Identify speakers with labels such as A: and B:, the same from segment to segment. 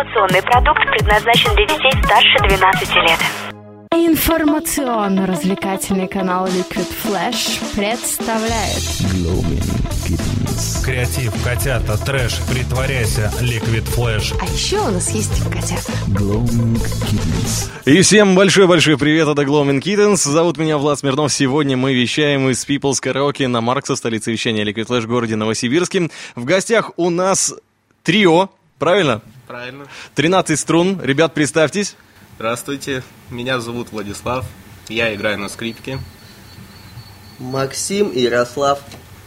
A: Информационный продукт предназначен для детей старше 12 лет.
B: Информационно-развлекательный канал Liquid Flash представляет
C: Glowing Kittens.
D: Креатив, котята, трэш, притворяйся, Liquid Flash.
B: А еще у нас есть котята.
C: Glowing Kittens.
E: И всем большой-большой привет, это Glowing Kittens. Зовут меня Влад Смирнов. Сегодня мы вещаем из People's Karaoke на Маркса, столице вещания Liquid Flash в городе Новосибирске. В гостях у нас трио, правильно?
F: Правильно.
E: 13 струн. Ребят, представьтесь.
F: Здравствуйте, меня зовут Владислав, я играю на скрипке.
G: Максим и Ярослав.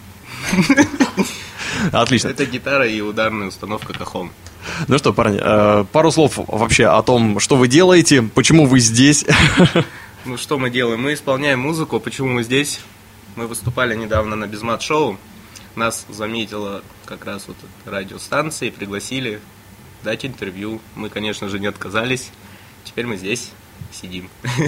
E: Отлично.
F: Это гитара и ударная установка Cajon.
E: Ну что, парни, пару слов вообще о том, что вы делаете, почему вы здесь.
F: Ну что мы делаем? Мы исполняем музыку. Почему мы здесь? Мы выступали недавно на Безмат-шоу. Нас заметила как раз вот радиостанция и пригласили дать интервью. Мы, конечно же, не отказались. Теперь мы здесь сидим.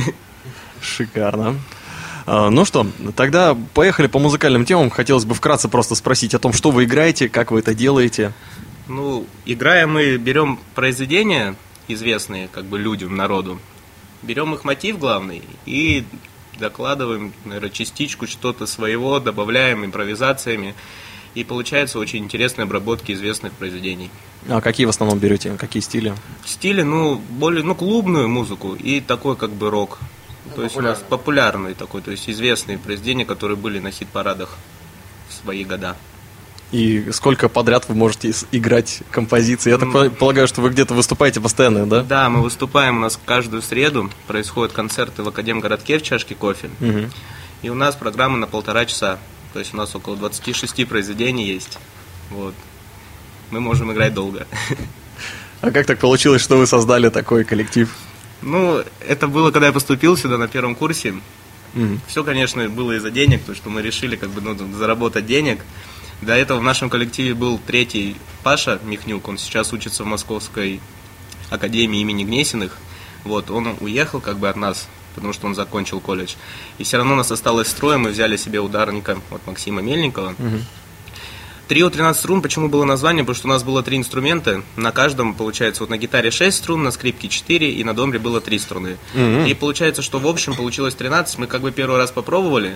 E: Шикарно. Ну что, тогда поехали по музыкальным темам. Хотелось бы вкратце просто спросить о том, что вы играете, как вы это делаете.
F: Ну, играя, мы берем произведения, известные как бы людям, народу, берем их мотив главный и докладываем, наверное, частичку что-то своего, добавляем импровизациями. И получаются очень интересные обработки известных произведений.
E: А какие в основном берете? Какие стили?
F: Стили, более, клубную музыку и такой как бы рок. То есть у нас популярный такой, то есть известные произведения, которые были на хит-парадах в свои года.
E: И сколько подряд вы можете играть композиции? Я так полагаю, что вы где-то выступаете постоянно, да?
F: Да, мы выступаем, у нас каждую среду происходят концерты в Академгородке в чашке кофе.
E: Угу.
F: И у нас программа на 1,5 часа. То есть у нас около 26 произведений есть. Вот. Мы можем играть долго.
E: А как так получилось, что вы создали такой коллектив?
F: Ну, это было, когда я поступил сюда на первом курсе.
E: Mm.
F: Все, конечно, было из-за денег, потому что мы решили заработать денег. До этого в нашем коллективе был третий Паша Михнюк. Он сейчас учится в Московской академии имени Гнесиных. Вот, он уехал от нас, потому что он закончил колледж. И все равно у нас осталось строем, мы взяли себе ударника от Максима Мельникова.
E: Угу.
F: Трио 13 струн, почему было название? Потому что у нас было 3 инструмента, на каждом, получается, на гитаре 6 струн, на скрипке 4, и на домбре было 3 струны.
E: Угу.
F: И получается, что в общем получилось 13, мы первый раз попробовали,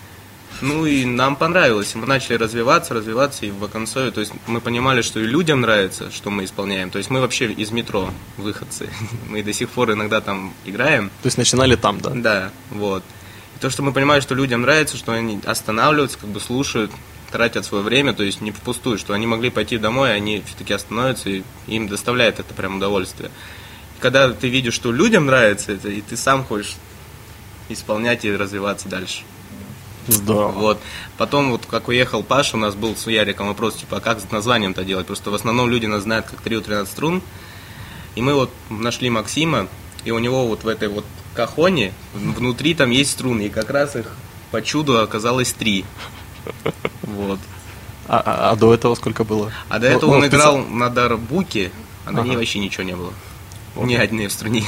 F: и нам понравилось, мы начали развиваться, и в оконцове, то есть мы понимали, что и людям нравится, что мы исполняем, то есть мы вообще из метро выходцы, мы до сих пор иногда там играем.
E: То есть начинали там, да?
F: Да, вот. И то, что мы понимаем, что людям нравится, что они останавливаются, слушают, тратят свое время, то есть не впустую, что они могли пойти домой, они все-таки остановятся, и им доставляет это прям удовольствие. И когда ты видишь, что людям нравится это, и ты сам хочешь исполнять и развиваться дальше.
E: Здорово.
F: Вот. Потом, как уехал Паша, у нас был с Яриком вопрос, а как с названием-то делать? Просто в основном люди нас знают как трио 13 струн. И мы нашли Максима, и у него в этой кахоне внутри там есть струны, и как раз их по чуду оказалось 3. Вот.
E: А до этого сколько было?
F: А до этого он играл на дарбуке, а на ней вообще ничего не было. Ни одной струны.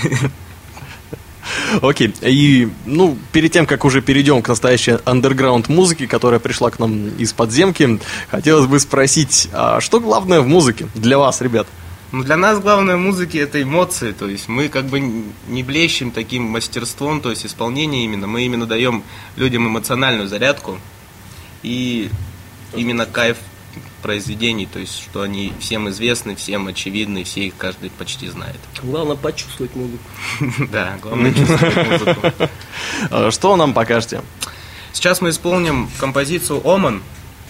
E: Окей, и перед тем, как уже перейдем к настоящей андерграунд музыке, которая пришла к нам из подземки, хотелось бы спросить, а что главное в музыке для вас, ребят?
F: Для нас главное в музыке это эмоции, то есть мы не блещем таким мастерством, то есть исполнение именно, мы именно даем людям эмоциональную зарядку и именно кайф произведений, то есть что они всем известны, всем очевидны, все их каждый почти знает.
G: Главное почувствовать музыку.
F: Да, главное чувствовать музыку.
E: Что нам покажете?
F: Сейчас мы исполним композицию «Оман».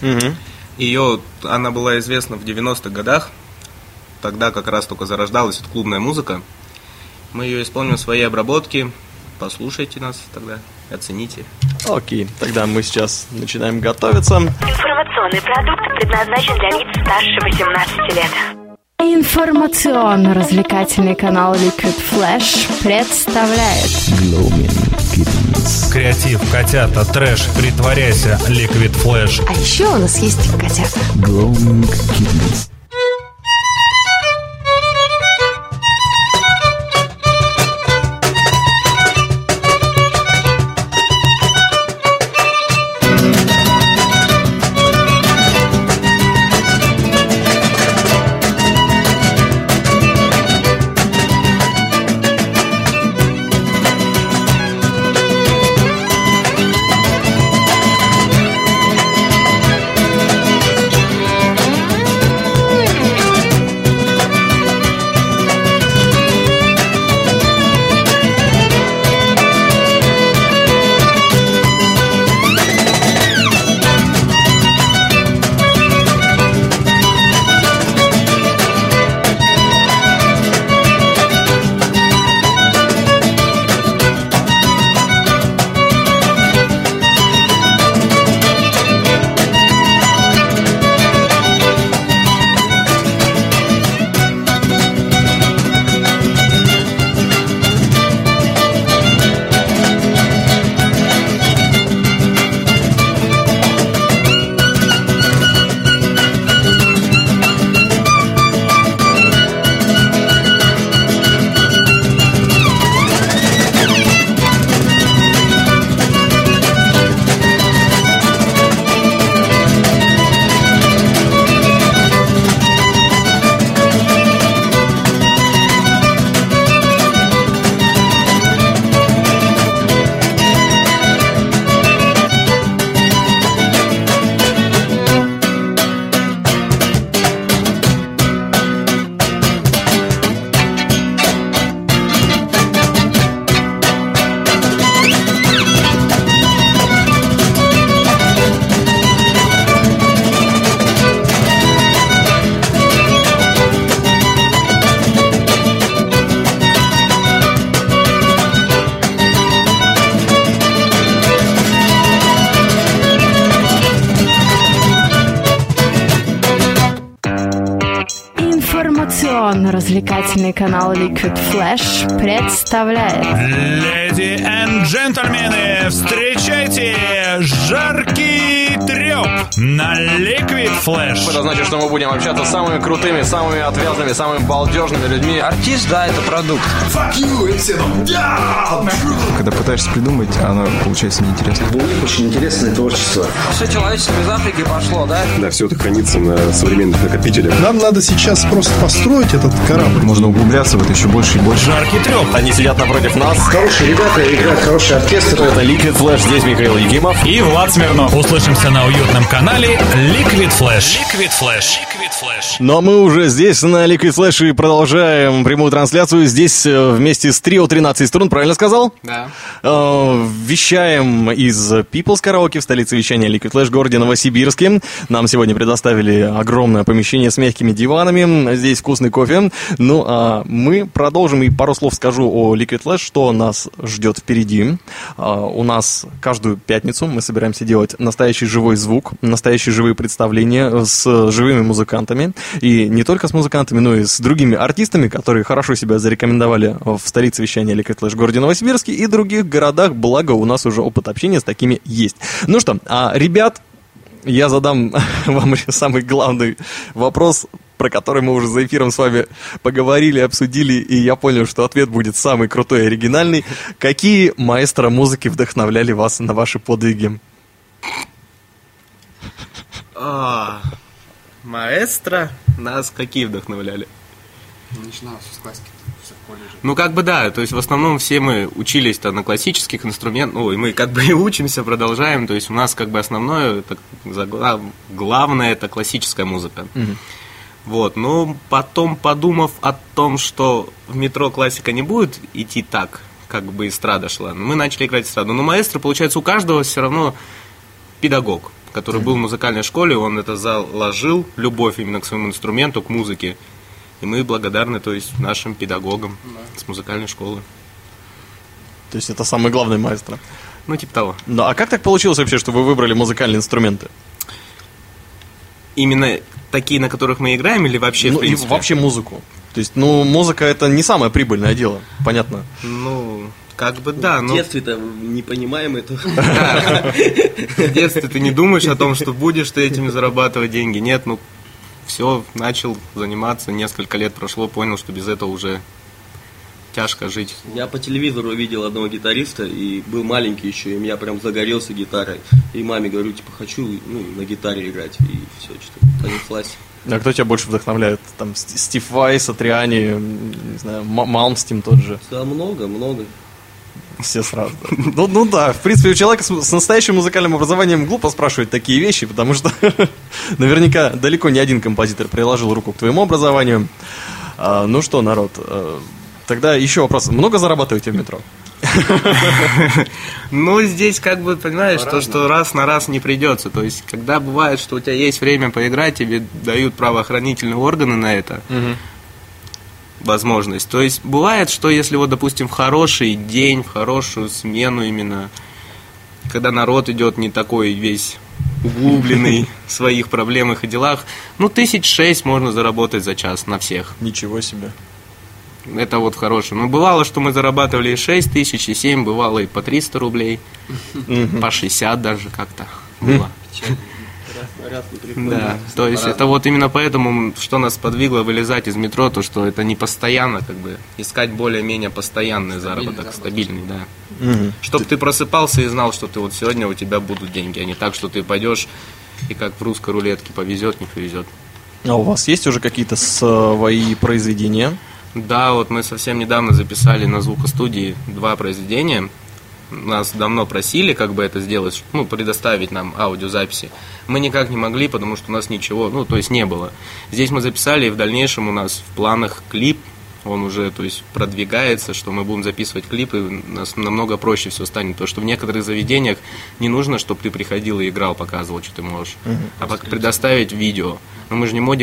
F: Она была известна в 90-х годах. Тогда как раз только зарождалась клубная музыка. Мы ее исполним в своей обработке. Послушайте нас тогда, оцените.
E: Окей, тогда мы сейчас начинаем готовиться.
A: Информационный продукт предназначен для лиц старше 18 лет.
B: Информационно-развлекательный канал Liquid Flash представляет
C: Glowing Kittens.
D: Креатив, котята, трэш, притворяйся, Liquid Flash.
B: А еще у нас есть котята.
C: Glowing Kittens.
B: Информационно-развлекательный канал Liquid Flash представляет
D: Леди и джентльмены, встречайте жаркий трёп на Liquid Flash.
E: Это значит, что мы будем общаться с самыми крутыми, самыми отвязными, самыми балдежными людьми.
H: Артист, да, это продукт.
C: Когда пытаешься придумать, оно получается неинтересно.
I: У них очень интересное творчество.
H: Все человечество из Африки пошло, да?
J: Да, все это хранится на современных накопителях.
K: Нам надо сейчас просто построить этот корабль.
C: Можно углубляться в это еще больше и больше.
D: Жаркий трёп.
E: Они сидят напротив нас.
I: Хорошие ребята, играют хороший оркестр.
E: Это Liquid Flash, здесь Михаил Егимов.
D: И Влад Смирнов. Услышимся на уютном канале Liquid Flash. Liquid Flash. Liquid Flash.
E: Но мы уже здесь на Liquid Flash и продолжаем прямую трансляцию. Здесь вместе с трио 13 струн, правильно сказал?
F: Да.
E: Вещаем из People's Karaoke в столице вещания Liquid Flash в городе Новосибирске. Нам сегодня предоставили огромное помещение с мягкими диванами. Здесь вкусный кофе. Ну, а мы продолжим и пару слов скажу о Liquid Flash, что нас ждет впереди. У нас каждую пятницу мы собираемся делать настоящий живой звук, настоящие живые представления с живыми музыкантами. И не только с музыкантами, но и с другими артистами, которые хорошо себя зарекомендовали в столице вещания Liquid Flash в городе Новосибирске и других городах, благо у нас уже опыт общения с такими есть. Ну что, ребят, я задам вам самый главный вопрос, про который мы уже за эфиром с вами поговорили, обсудили, и я понял, что ответ будет самый крутой и оригинальный. Какие маэстро музыки вдохновляли вас на ваши подвиги?
F: Маэстро нас какие вдохновляли?
H: Начиналось с классики.
F: Ну, как бы да, то есть в основном все мы учились-то на классических инструментах, ну, и мы как бы и учимся, продолжаем, то есть у нас как бы основное, главное, это классическая музыка. Вот, но потом, подумав о том, что в метро классика не будет идти так, как бы эстрада шла, мы начали играть эстраду. Но маэстро, получается, у каждого все равно педагог, который был в музыкальной школе, он это заложил, любовь именно к своему инструменту, к музыке. И мы благодарны, то есть, нашим педагогам с музыкальной школы.
E: То есть это самый главный маэстро?
F: Ну, типа того.
E: Ну, а как так получилось вообще, что вы выбрали музыкальные инструменты?
F: Именно такие, на которых мы играем, или вообще, в принципе?
E: Вообще музыку. То есть, ну, музыка это не самое прибыльное дело, понятно?
F: Ну, как бы да, но...
G: В детстве-то не понимаем этого.
F: В детстве ты не думаешь о том, что будешь ты этим зарабатывать деньги. Нет, ну, все, начал заниматься, несколько лет прошло, понял, что без этого уже тяжко жить.
G: Я по телевизору видел одного гитариста, и был маленький еще, и я прям загорелся гитарой. И маме говорю, типа, хочу на гитаре играть, и все, что-то понеслась.
E: А кто тебя больше вдохновляет? Там Стив Vai, Сатриани, не знаю, Малмстим тот же?
G: Да, много.
E: Все сразу. Ну да, в принципе, у человека с настоящим музыкальным образованием глупо спрашивать такие вещи, потому что наверняка далеко не один композитор приложил руку к твоему образованию. Ну что, народ, тогда еще вопрос. Много зарабатываете в метро?
F: Ну, здесь как бы, понимаешь, то, что раз на раз не придется. То есть, когда бывает, что у тебя есть время поиграть, тебе дают правоохранительные органы на это. Возможность. То есть бывает, что если вот, допустим, в хороший день, в хорошую смену именно, когда народ идет не такой весь углубленный в своих проблемах и делах, ну, 6,000 можно заработать за час на всех.
E: Ничего себе.
F: Это вот хорошее. Ну, бывало, что мы зарабатывали и 6 тысяч, и 7, бывало и по 300 рублей, по 60 даже как-то было. Да, то есть это вот именно поэтому, что нас подвигло вылезать из метро, то что это не постоянно, как бы, искать более-менее постоянный заработок, стабильный, да. Чтобы ты просыпался и знал, что ты вот сегодня у тебя будут деньги, а не так, что ты пойдешь и как в русской рулетке повезет, не повезет.
E: А у вас есть уже какие-то свои произведения?
F: Да, вот мы совсем недавно записали на звукостудии 2 произведения. Нас давно просили как бы это сделать, ну, предоставить нам аудиозаписи. Мы никак не могли, потому что у нас ничего, ну, то есть не было. Здесь мы записали, и в дальнейшем у нас в планах клип, он уже, то есть, продвигается, что мы будем записывать клипы, у нас намного проще все станет, потому что в некоторых заведениях не нужно, чтобы ты приходил и играл, показывал, что ты можешь, а предоставить видео. Но мы же не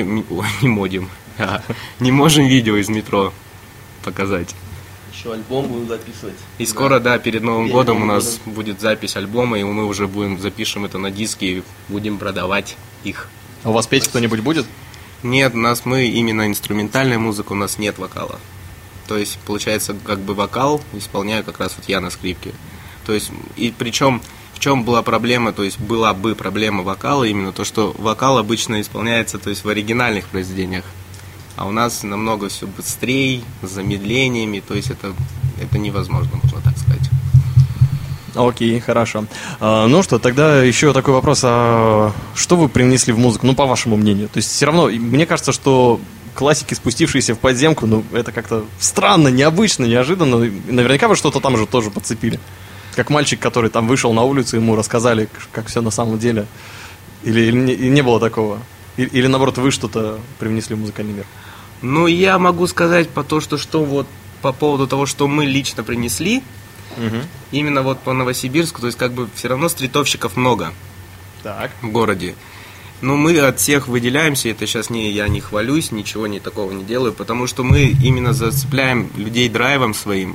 F: можем видео из метро показать.
G: Еще альбом будем записывать.
F: И скоро, да, перед Новым годом у нас будет запись альбома, и мы уже запишем это на диски и будем продавать их.
E: А у вас петь кто-нибудь будет?
F: Нет, мы именно инструментальная музыка, у нас нет вокала. То есть, получается, как бы вокал исполняю как раз вот я на скрипке. То есть, и причем, в чем была проблема, то есть, была бы проблема вокала, именно то, что вокал обычно исполняется, то есть, в оригинальных произведениях. А у нас намного все быстрее, с замедлениями, то есть, это невозможно, можно так сказать.
E: Окей, хорошо. Ну что, тогда еще такой вопрос. Что вы привнесли в музыку, по вашему мнению? То есть все равно, мне кажется, что классики, спустившиеся в подземку, это как-то странно, необычно, неожиданно. Наверняка вы что-то там же тоже подцепили. Как мальчик, который там вышел на улицу, ему рассказали, как все на самом деле. Или не было такого? Или наоборот, вы что-то привнесли в музыкальный мир?
F: Я могу сказать по поводу того, что мы лично принесли. Именно вот по Новосибирску, то есть как бы все равно стритовщиков много в городе. Но мы от всех выделяемся, это сейчас я не хвалюсь, ничего такого не делаю, потому что мы именно зацепляем людей драйвом своим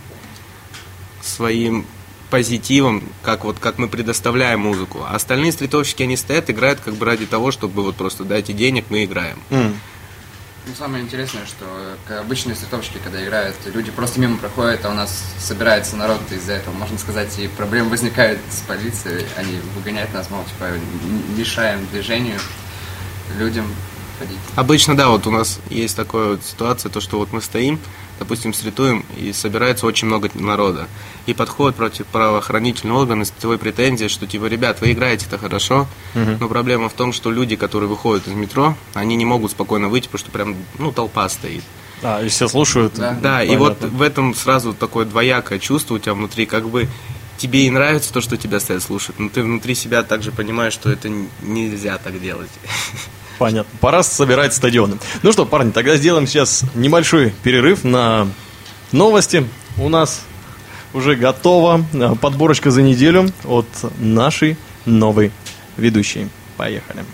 F: позитивом, как мы предоставляем музыку. А остальные стритовщики, они стоят, играют как бы ради того, чтобы вот просто дайте денег, мы играем.
L: Самое интересное, что обычные стритовщики, когда играют, люди просто мимо проходят, а у нас собирается народ из-за этого, можно сказать, и проблемы возникают с полицией, они выгоняют нас, мешаем движению людям ходить.
F: Обычно, да, вот у нас есть такая вот ситуация, то, что вот мы стоим, допустим, стритуем, и собирается очень много народа. И подходят против правоохранительного органа с твоей претензией, что типа, ребят, вы играете-то хорошо, но проблема в том, что люди, которые выходят из метро, они не могут спокойно выйти, потому что прям, толпа стоит.
E: И все слушают.
F: Да, и вот в этом сразу такое двоякое чувство у тебя внутри, как бы тебе и нравится то, что тебя стоят слушать, но ты внутри себя также понимаешь, что это нельзя так делать.
E: Понятно. Пора собирать стадионы. Ну что, парни, тогда сделаем сейчас небольшой перерыв на новости. У нас уже готова подборочка за неделю от нашей новой ведущей. Поехали.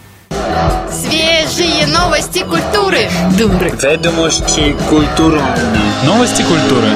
B: Свежие новости культуры. Дуры.
M: Ведомости культуры.
D: Новости культуры.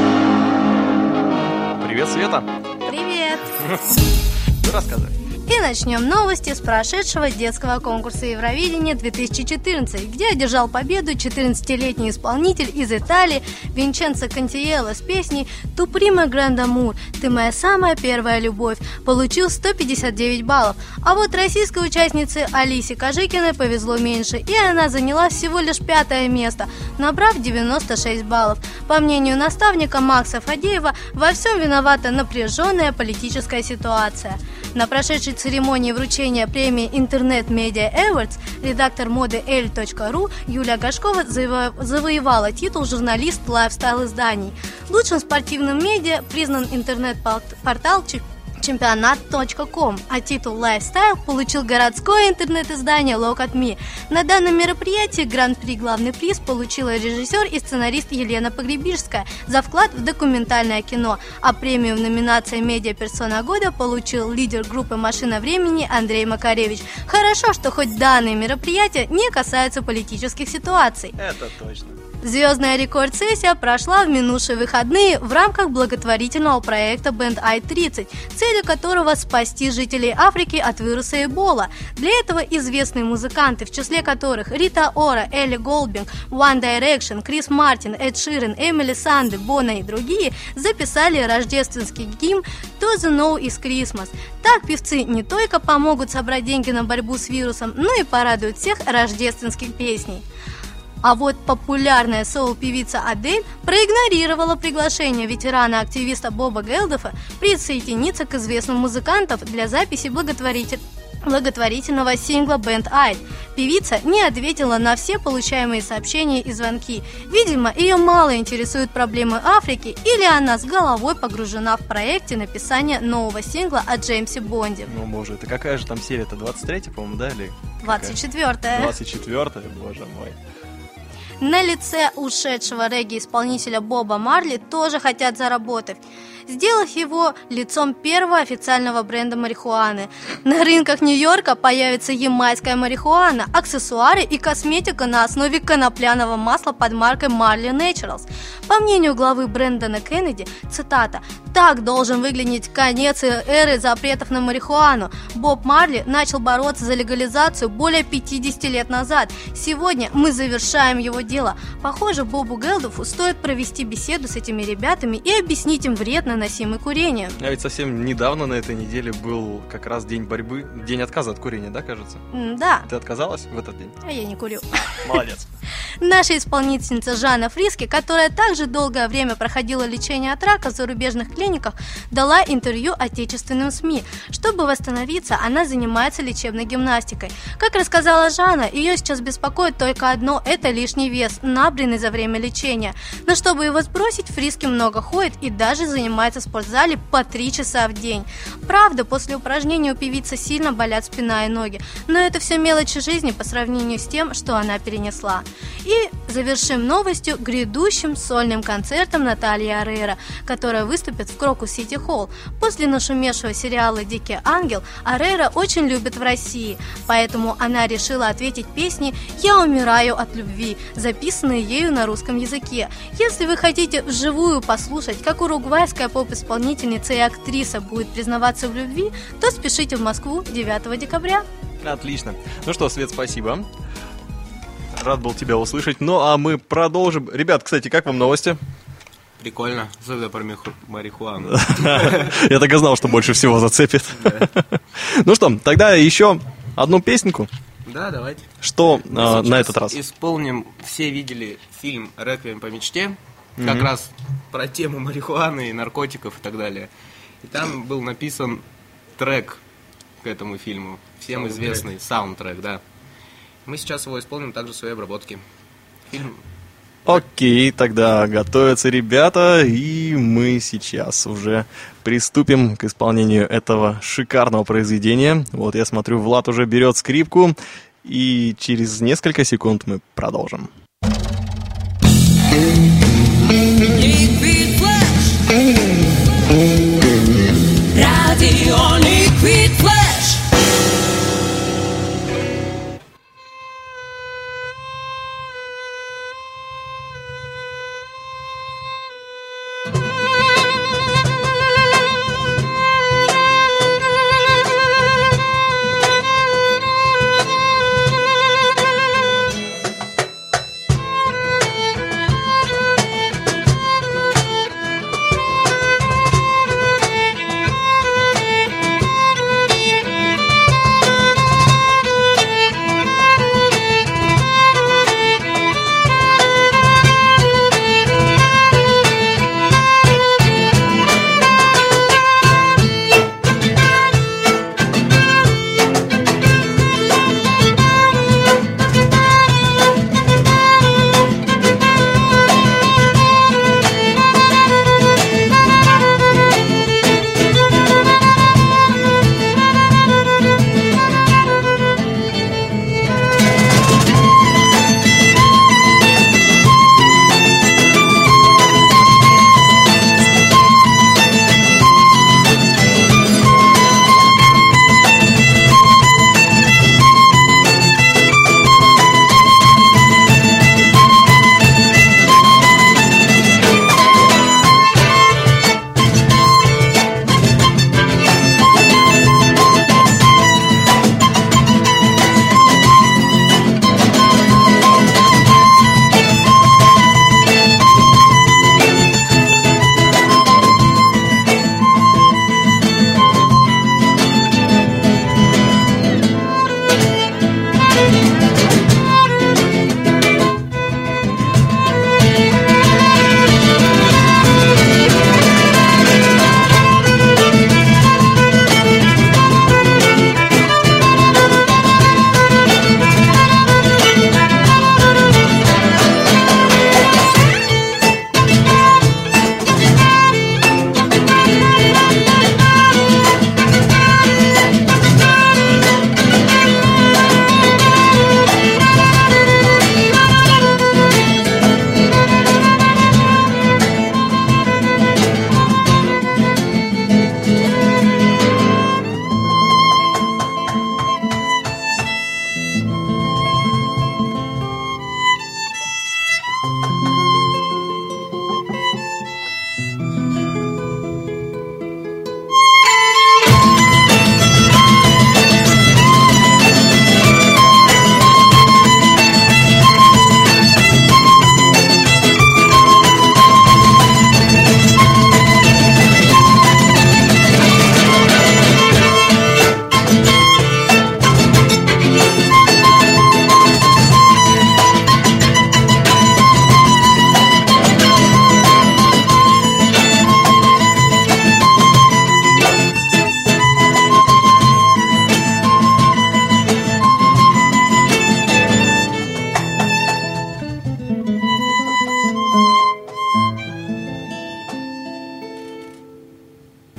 E: Привет, Света.
N: Привет.
E: Рассказывай.
N: И начнем новости с прошедшего детского конкурса Евровидения 2014, где одержал победу 14-летний исполнитель из Италии Винченцо Кантиелло с песней «Tu prima grande amor», «Ты моя самая первая любовь», получил 159 баллов. А вот российской участнице Алисе Кожикиной повезло меньше, и она заняла всего лишь 5-е место, набрав 96 баллов. По мнению наставника Макса Фадеева, во всем виновата напряженная политическая ситуация. На прошедшей церемонии вручения премии Internet Media Awards редактор моды L.ru Юлия Гашкова завоевала титул журналист лайфстайл-изданий. Лучшим спортивным медиа признан интернет-портал чемпионат.ком, а титул «Лайфстайл» получил городское интернет-издание Look at Me. На данном мероприятии гран-при главный приз получила режиссер и сценарист Елена Погребишская за вклад в документальное кино, а премию в номинации «Медиа-персона года» получил лидер группы «Машина времени» Андрей Макаревич. Хорошо, что хоть данные мероприятия не касаются политических ситуаций.
E: Это точно.
N: Звездная рекорд-сессия прошла в минувшие выходные в рамках благотворительного проекта Band Aid 30, целью которого спасти жителей Африки от вируса Эбола. Для этого известные музыканты, в числе которых Рита Ора, Элли Голдбинг, One Direction, Крис Мартин, Эд Ширен, Эмили Санде, Бона и другие, записали рождественский гимн «To the Know is Christmas». Так певцы не только помогут собрать деньги на борьбу с вирусом, но и порадуют всех рождественских песней. А вот популярная соул-певица Адель проигнорировала приглашение ветерана-активиста Боба Гелдофа присоединиться к известным музыкантам для записи благотворительного сингла Band Aid. Певица не ответила на все получаемые сообщения и звонки. Видимо, ее мало интересуют проблемы Африки, или она с головой погружена в проекте написания нового сингла о Джеймсе Бонде.
E: Ну, боже, это какая же там серия-то? 23-я, по-моему, да? Или
N: 24-я.
E: 24-я, боже мой.
N: На лице ушедшего регги-исполнителя Боба Марли тоже хотят заработать. сделав его лицом первого официального бренда марихуаны. На рынках Нью-Йорка появится ямайская марихуана, аксессуары и косметика на основе конопляного масла под маркой Marley Naturals. По мнению главы Брэндона Кеннеди, цитата: «Так должен выглядеть конец эры запретов на марихуану. Боб Марли начал бороться за легализацию более 50 лет назад. Сегодня мы завершаем его дело. Похоже, Бобу Гелдофу стоит провести беседу с этими ребятами и объяснить им вред, наносимый курением».
E: А ведь совсем недавно на этой неделе был как раз день борьбы, день отказа от курения, да, кажется?
N: Да.
E: Ты отказалась в этот день?
N: А я не курю.
E: Молодец.
N: Наша исполнительница Жанна Фриски, которая также долгое время проходила лечение от рака в зарубежных клиниках, дала интервью отечественным СМИ. Чтобы восстановиться, она занимается лечебной гимнастикой. Как рассказала Жанна, ее сейчас беспокоит только одно – это лишний вес, набранный за время лечения. Но чтобы его сбросить, Фриски много ходит и даже занимается в спортзале по 3 часа в день. Правда, после упражнений у певицы сильно болят спина и ноги, но это все мелочи жизни по сравнению с тем, что она перенесла. И завершим новостью грядущим сольным концертом Натальи Орейро, которая выступит в Крокус-Сити Холл. После нашумевшего сериала «Дикий ангел» Орейро очень любит в России, поэтому она решила ответить песней «Я умираю от любви», записанные ею на русском языке. Если вы хотите вживую послушать, как уругвайская поп-исполнительница и актриса будет признаваться в любви, то спешите в Москву 9 декабря.
E: Отлично. Ну что, Свет, спасибо. Рад был тебя услышать. Ну, а мы продолжим. Ребят, кстати, как вам новости?
F: Прикольно, особенно про марихуану.
E: Я так и знал, что больше всего зацепит. Ну что, тогда еще одну песенку.
F: Да, давайте.
E: Что на этот раз?
F: Исполним. Все видели фильм «Реквием по мечте», как раз про тему марихуаны и наркотиков и так далее. И там был написан трек к этому фильму, всем известный саундтрек, да. Мы сейчас его исполним также в своей обработке. Фильм.
E: Окей, тогда готовятся ребята, и мы сейчас уже приступим к исполнению этого шикарного произведения. Вот я смотрю, Влад уже берет скрипку, и через несколько секунд мы продолжим.
O: Радио Liquid Flash.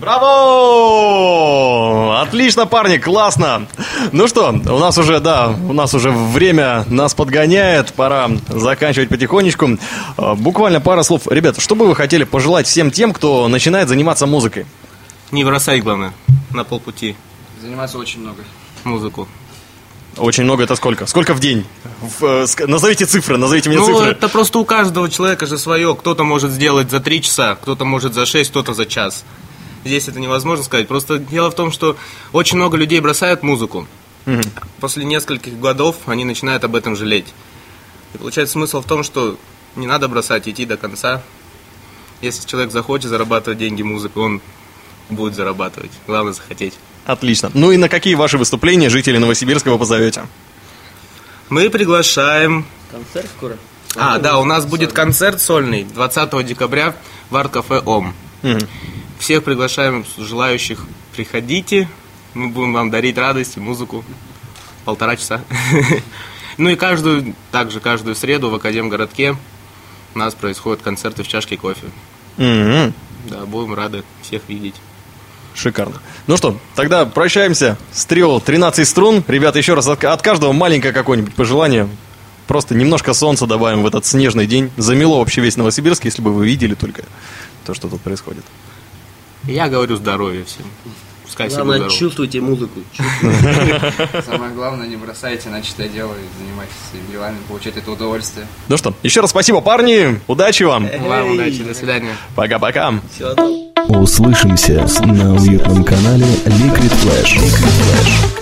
E: Браво! Отлично, парни, классно. Ну что, у нас уже время нас подгоняет, пора заканчивать потихонечку. Буквально пара слов. Ребята, что бы вы хотели пожелать всем тем, кто начинает заниматься музыкой?
F: Не бросать, главное, на полпути.
L: Заниматься очень много.
F: Музыку.
E: Очень много, это сколько? Сколько в день? Назовите цифры, назовите мне цифры.
F: Это просто у каждого человека же свое. Кто-то может сделать за 3 часа, кто-то может за 6, кто-то за час. Здесь это невозможно сказать. Просто дело в том, что очень много людей бросают музыку. После нескольких годов они начинают об этом жалеть. И получается смысл в том, что не надо бросать, идти до конца. Если человек захочет зарабатывать деньги музыкой, он будет зарабатывать. Главное захотеть.
E: Отлично. Ну и на какие ваши выступления жители Новосибирска вы позовете?
F: Мы приглашаем...
G: Концерт скоро?
F: Да, у нас будет концерт сольный 20 декабря в арт-кафе ОМ. Всех приглашаем желающих, приходите, мы будем вам дарить радость и музыку. 1,5 часа. Ну и каждую среду в Академгородке у нас происходят концерты в чашке кофе. Да, будем рады всех видеть.
E: Шикарно. Ну что, тогда прощаемся с трио 13 струн. Ребята, еще раз от каждого маленькое какое-нибудь пожелание. Просто немножко солнца добавим в этот снежный день. Замело вообще весь Новосибирск, если бы вы видели только то, что тут происходит.
F: Я говорю здоровья всем. Пускай все будут здоровы.
G: Чувствуйте музыку.
L: Самое главное, не бросайте начатое дело и занимайтесь своими делами, получайте это удовольствие.
E: Ну что, еще раз спасибо, парни. Удачи вам.
F: Вам удачи, до свидания.
E: Пока-пока.
O: Услышимся на уютном канале Liquid Flash.